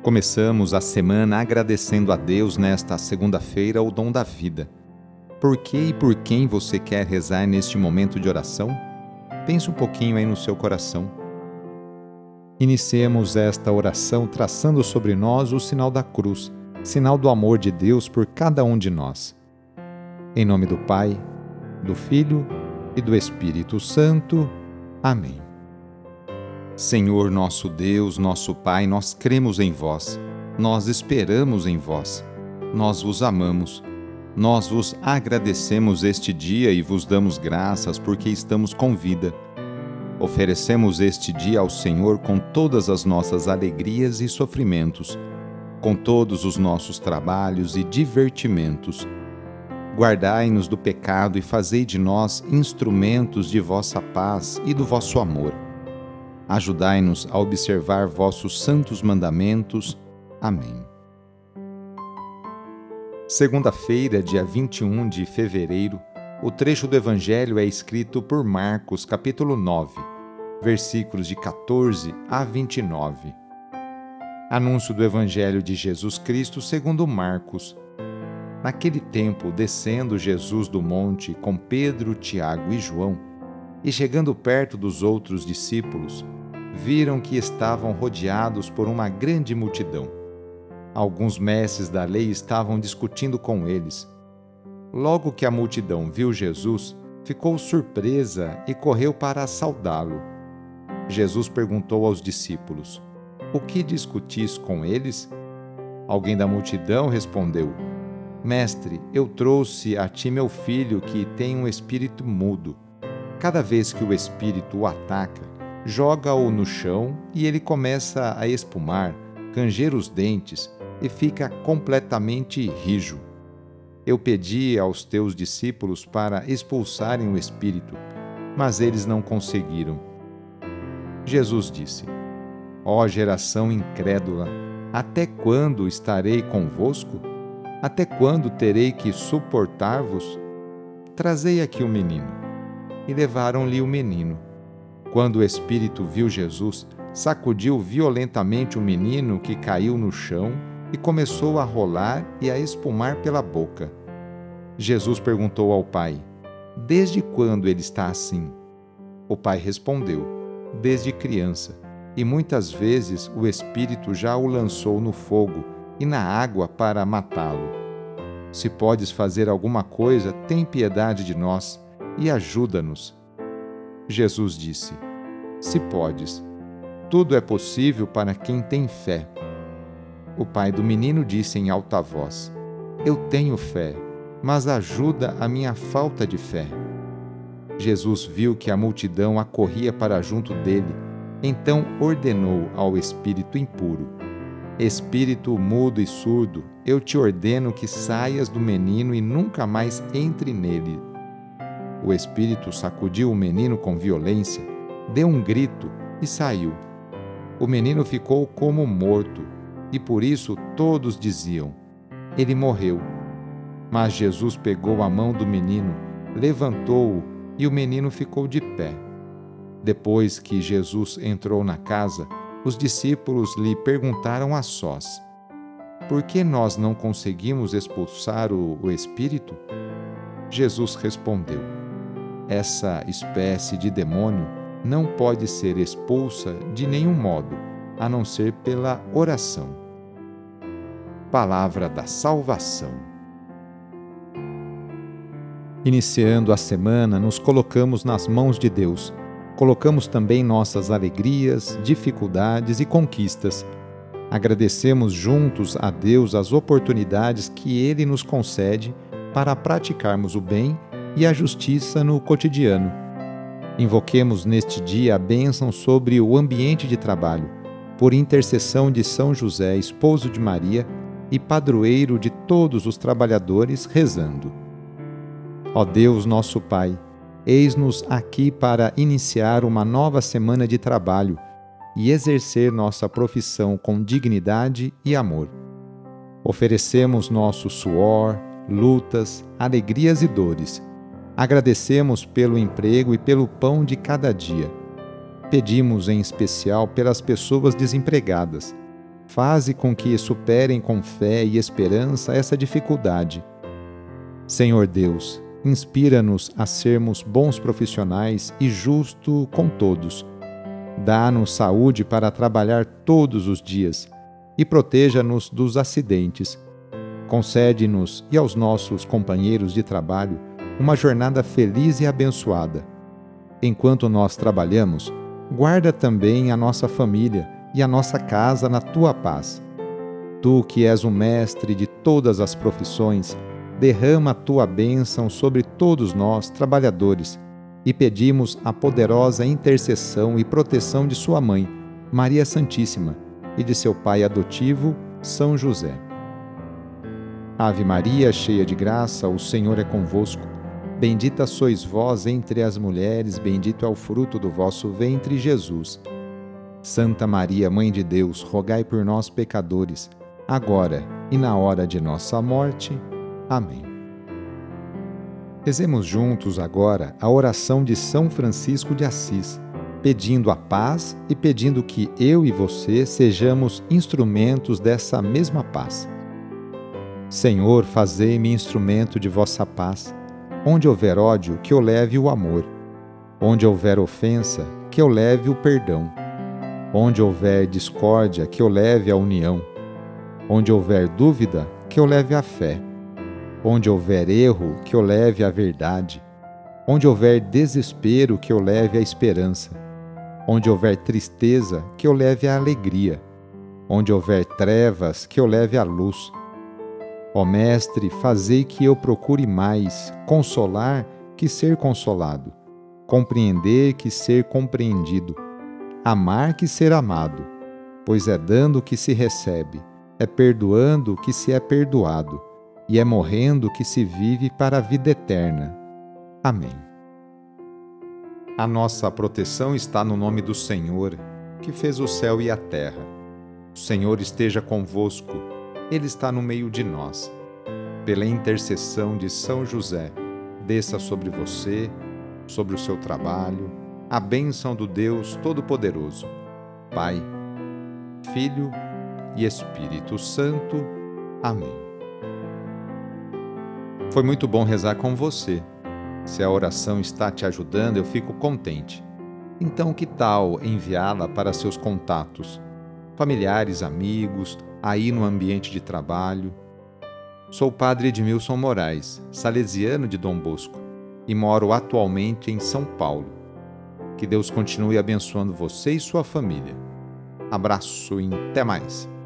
Começamos a semana agradecendo a Deus nesta segunda-feira o dom da vida. Por que e por quem você quer rezar neste momento de oração? Pense um pouquinho aí no seu coração. Iniciemos esta oração traçando sobre nós o sinal da cruz, sinal do amor de Deus por cada um de nós. Em nome do Pai, do Filho e do Espírito Santo. Amém. Senhor nosso Deus, nosso Pai, nós cremos em vós, nós esperamos em vós, nós vos amamos, nós vos agradecemos este dia e vos damos graças porque estamos com vida. Oferecemos este dia ao Senhor com todas as nossas alegrias e sofrimentos, com todos os nossos trabalhos e divertimentos. Guardai-nos do pecado e fazei de nós instrumentos de vossa paz e do vosso amor. Ajudai-nos a observar vossos santos mandamentos. Amém. Segunda-feira, dia 21 de fevereiro, o trecho do Evangelho é escrito por Marcos, capítulo 9, versículos de 14 a 29. Anúncio do Evangelho de Jesus Cristo segundo Marcos. Naquele tempo, descendo Jesus do monte com Pedro, Tiago e João, e chegando perto dos outros discípulos, viram que estavam rodeados por uma grande multidão. Alguns mestres da lei estavam discutindo com eles. Logo que a multidão viu Jesus, ficou surpresa e correu para saudá-lo. Jesus perguntou aos discípulos: "O que discutis com eles?" Alguém da multidão respondeu: "Mestre, eu trouxe a ti meu filho que tem um espírito mudo. Cada vez que o espírito o ataca, joga-o no chão e ele começa a espumar, ranger os dentes e fica completamente rijo. Eu pedi aos teus discípulos para expulsarem o espírito, mas eles não conseguiram." Jesus disse: "Ó geração incrédula, até quando estarei convosco? Até quando terei que suportar-vos? Trazei aqui o menino." E levaram-lhe o menino. Quando o espírito viu Jesus, sacudiu violentamente o menino, que caiu no chão e começou a rolar e a espumar pela boca. Jesus perguntou ao pai: "Desde quando ele está assim?" O pai respondeu: "Desde criança, e muitas vezes o espírito já o lançou no fogo e na água para matá-lo. Se podes fazer alguma coisa, tem piedade de nós e ajuda-nos." Jesus disse: "Se podes, tudo é possível para quem tem fé." O pai do menino disse em alta voz: "Eu tenho fé, mas ajuda a minha falta de fé." Jesus viu que a multidão acorria para junto dele, então ordenou ao espírito impuro: "Espírito mudo e surdo, eu te ordeno que saias do menino e nunca mais entre nele." O espírito sacudiu o menino com violência, deu um grito e saiu. O menino ficou como morto, e por isso todos diziam: "Ele morreu." Mas Jesus pegou a mão do menino, levantou-o e o menino ficou de pé. Depois que Jesus entrou na casa, os discípulos lhe perguntaram a sós: "Por que nós não conseguimos expulsar o espírito?" Jesus respondeu: "Essa espécie de demônio não pode ser expulsa de nenhum modo, a não ser pela oração." Palavra da salvação. Iniciando a semana, nos colocamos nas mãos de Deus. Colocamos também nossas alegrias, dificuldades e conquistas. Agradecemos juntos a Deus as oportunidades que Ele nos concede para praticarmos o bem e a justiça no cotidiano. Invoquemos neste dia a bênção sobre o ambiente de trabalho, por intercessão de São José, esposo de Maria e padroeiro de todos os trabalhadores, rezando: Ó Deus nosso Pai, eis-nos aqui para iniciar uma nova semana de trabalho e exercer nossa profissão com dignidade e amor. Oferecemos nosso suor, lutas, alegrias e dores. Agradecemos pelo emprego e pelo pão de cada dia. Pedimos em especial pelas pessoas desempregadas. Faze com que superem com fé e esperança essa dificuldade. Senhor Deus, inspira-nos a sermos bons profissionais e justos com todos. Dá-nos saúde para trabalhar todos os dias e proteja-nos dos acidentes. Concede-nos e aos nossos companheiros de trabalho uma jornada feliz e abençoada. Enquanto nós trabalhamos, guarda também a nossa família e a nossa casa na tua paz. Tu, que és o mestre de todas as profissões, derrama a tua bênção sobre todos nós, trabalhadores, e pedimos a poderosa intercessão e proteção de sua mãe, Maria Santíssima, e de seu pai adotivo, São José. Ave Maria, cheia de graça, o Senhor é convosco. Bendita sois vós entre as mulheres, bendito é o fruto do vosso ventre, Jesus. Santa Maria, Mãe de Deus, rogai por nós, pecadores, agora e na hora de nossa morte. Amém. Rezemos juntos agora a oração de São Francisco de Assis, pedindo a paz e pedindo que eu e você sejamos instrumentos dessa mesma paz. Senhor, fazei-me instrumento de vossa paz. Onde houver ódio, que eu leve o amor. Onde houver ofensa, que eu leve o perdão. Onde houver discórdia, que eu leve a união. Onde houver dúvida, que eu leve a fé. Onde houver erro, que eu leve a verdade. Onde houver desespero, que eu leve a esperança. Onde houver tristeza, que eu leve a alegria. Onde houver trevas, que eu leve a luz. Ó Mestre, fazei que eu procure mais consolar que ser consolado, compreender que ser compreendido, amar que ser amado, pois é dando que se recebe, é perdoando que se é perdoado, e é morrendo que se vive para a vida eterna. Amém. A nossa proteção está no nome do Senhor, que fez o céu e a terra. O Senhor esteja convosco, Ele está no meio de nós. Pela intercessão de São José, desça sobre você, sobre o seu trabalho, a bênção do Deus Todo-Poderoso, Pai, Filho e Espírito Santo. Amém. Foi muito bom rezar com você. Se a oração está te ajudando, eu fico contente. Então, que tal enviá-la para seus contatos, familiares, amigos, aí no ambiente de trabalho? Sou o padre Edmilson Moraes, salesiano de Dom Bosco, e moro atualmente em São Paulo. Que Deus continue abençoando você e sua família. Abraço e até mais!